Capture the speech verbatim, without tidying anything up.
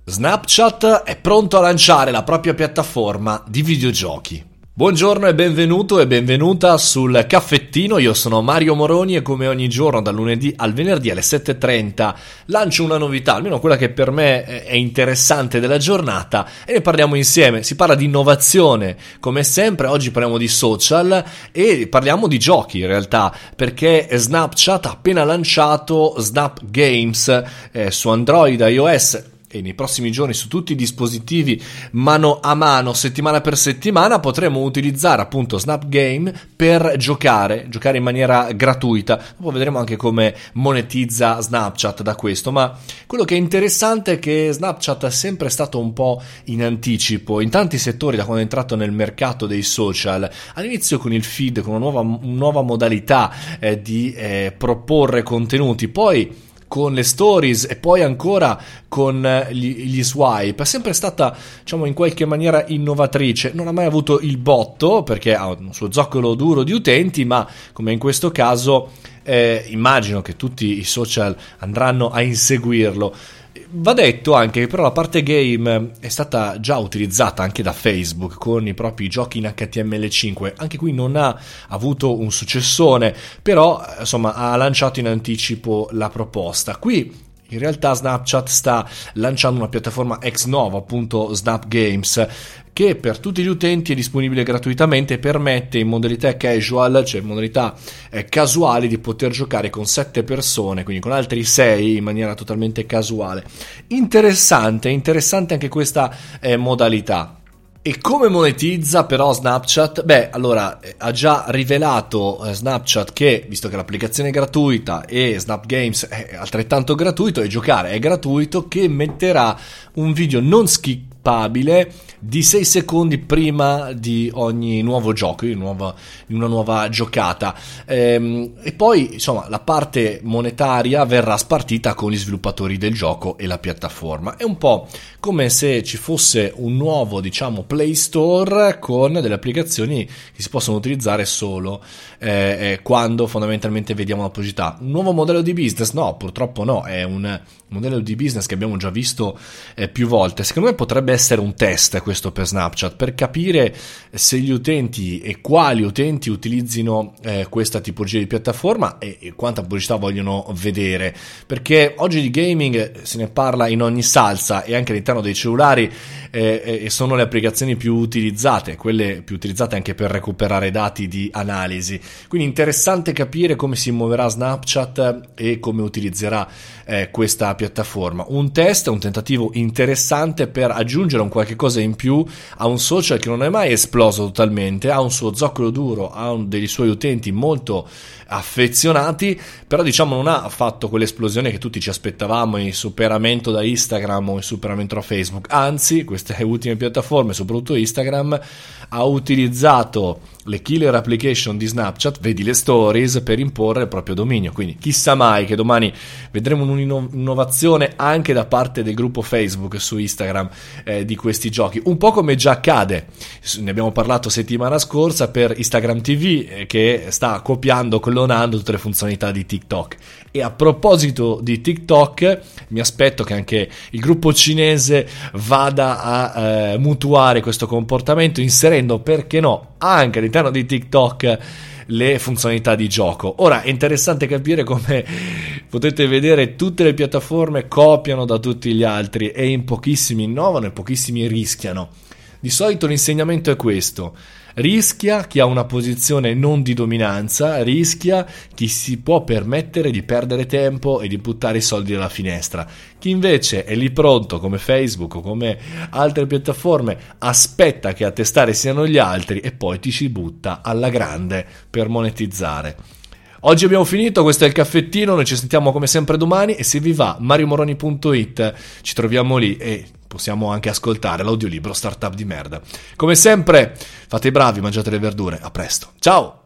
Snapchat è pronto a lanciare la propria piattaforma di videogiochi. Buongiorno e benvenuto e benvenuta sul caffettino, io sono Mario Moroni e come ogni giorno dal lunedì al venerdì alle sette e trenta lancio una novità, almeno quella che per me è interessante della giornata, e ne parliamo insieme. Si parla di innovazione, come sempre. Oggi parliamo di social e parliamo di giochi in realtà, perché Snapchat ha appena lanciato Snap Games eh, su Android, iOS e nei prossimi giorni su tutti i dispositivi, mano a mano, settimana per settimana, potremo utilizzare appunto Snap Game per giocare, giocare in maniera gratuita. Dopo vedremo anche come monetizza Snapchat da questo, ma quello che è interessante è che Snapchat è sempre stato un po' in anticipo in tanti settori da quando è entrato nel mercato dei social. All'inizio con il feed, con una nuova, una nuova modalità eh, di eh, proporre contenuti, poi con le stories e poi ancora con gli, gli swipe. È sempre stata, diciamo, in qualche maniera innovatrice. Non ha mai avuto il botto perché ha un suo zoccolo duro di utenti, ma come in questo caso eh, immagino che tutti i social andranno a inseguirlo. Va detto anche che però la parte game è stata già utilizzata anche da Facebook con i propri giochi in H T M L cinque. Anche qui non ha avuto un successone, però insomma ha lanciato in anticipo la proposta. Qui in realtà Snapchat sta lanciando una piattaforma ex novo, appunto Snap Games, che per tutti gli utenti è disponibile gratuitamente e permette in modalità casual, cioè in modalità eh, casuali, di poter giocare con sette persone, quindi con altri sei in maniera totalmente casuale. Interessante, interessante anche questa eh, modalità. E come monetizza però Snapchat? Beh, allora, eh, ha già rivelato eh, Snapchat che, visto che l'applicazione è gratuita e Snap Games è altrettanto gratuito e giocare è gratuito, che metterà un video non skippabile di sei secondi prima di ogni nuovo gioco, di, nuova, di una nuova giocata. Ehm, e poi, insomma, la parte monetaria verrà spartita con gli sviluppatori del gioco e la piattaforma. È un po' come se ci fosse un nuovo, diciamo, Play Store con delle applicazioni che si possono utilizzare solo eh, quando fondamentalmente vediamo la pubblicità. Un nuovo modello di business? No, purtroppo no, è un modello di business che abbiamo già visto eh, più volte. Secondo me potrebbe essere un test questo per Snapchat, per capire se gli utenti e quali utenti utilizzino eh, questa tipologia di piattaforma e, e quanta pubblicità vogliono vedere, perché oggi di gaming se ne parla in ogni salsa e anche all'interno dei cellulari eh, e sono le applicazioni più utilizzate, quelle più utilizzate anche per recuperare dati di analisi. Quindi interessante capire come si muoverà Snapchat e come utilizzerà eh, questa piattaforma. Un test, un tentativo interessante per aggiungere un qualche cosa in più a un social che non è mai esploso totalmente, ha un suo zoccolo duro, ha un dei suoi utenti molto affezionati, però diciamo non ha fatto quell'esplosione che tutti ci aspettavamo, il superamento da Instagram o il superamento da Facebook. Anzi, queste ultime piattaforme, soprattutto Instagram, ha utilizzato le killer application di Snapchat, vedi le stories, per imporre il proprio dominio. Quindi chissà mai che domani vedremo un'innovazione anche da parte del gruppo Facebook su Instagram eh, di questi giochi, un po' come già accade, ne abbiamo parlato settimana scorsa per Instagram T V eh, che sta copiando, clonando tutte le funzionalità di TikTok. E a proposito di TikTok, mi aspetto che anche il gruppo cinese vada a eh, mutuare questo comportamento, inserendo, perché no, anche all'interno di TikTok le funzionalità di gioco. Ora è interessante capire come potete vedere tutte le piattaforme copiano da tutti gli altri e in pochissimi innovano e pochissimi rischiano. Di solito l'insegnamento è questo: rischia chi ha una posizione non di dominanza, rischia chi si può permettere di perdere tempo e di buttare i soldi dalla finestra. Chi invece è lì pronto, come Facebook o come altre piattaforme, aspetta che a testare siano gli altri e poi ti ci butta alla grande per monetizzare. Oggi abbiamo finito, questo è il caffettino, noi ci sentiamo come sempre domani e se vi va mario moroni punto it, ci troviamo lì e possiamo anche ascoltare l'audiolibro Startup di merda. Come sempre fate i bravi, mangiate le verdure, a presto, ciao!